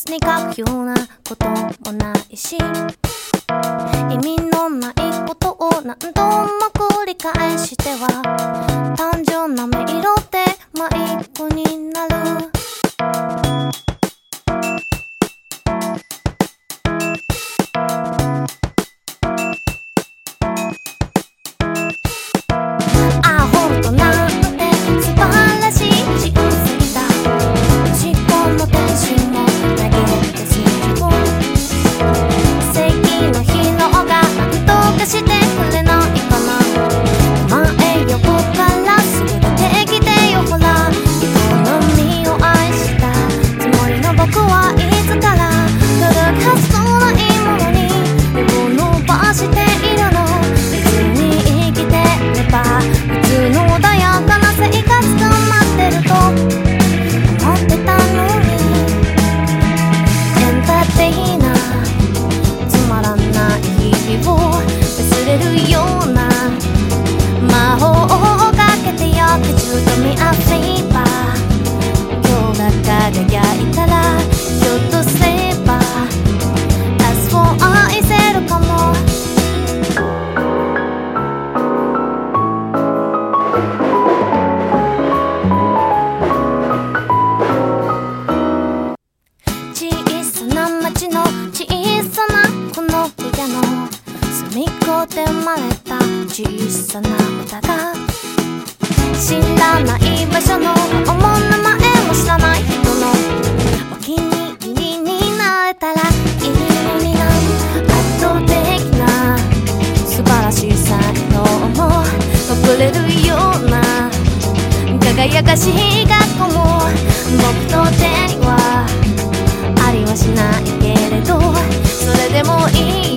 スに書くようなこともないし、意味のないことを何度も繰り返しては単純な音色で迷子になる。アホとなんて素晴らしい人生だ。自己の天心も投げて信じ込む。正義の日のが何とかしてくれないかな。前横からすぐ出てきてよほら。人の身を愛したつもりの僕はいつから来るはずのないものに手を伸ばしているの。別に生きてれば普通の穏やかな生活が待ってると思ってたのに、エンターテイナーつまらない日々を忘れるような魔法をかけてよ。Could you do me a favor？ 今日が輝いたらひょっとすれば明日を愛せるかも。小さな町の小さなこの部屋の隅っこで生まれた小さな歌が、知らない場所の顔も名前も知らない人のお気に入りになれたらいいのにな。圧倒的な素晴らしい才能も誇れるような輝かしい学校も僕と手にはありはしないけれど、それでもいい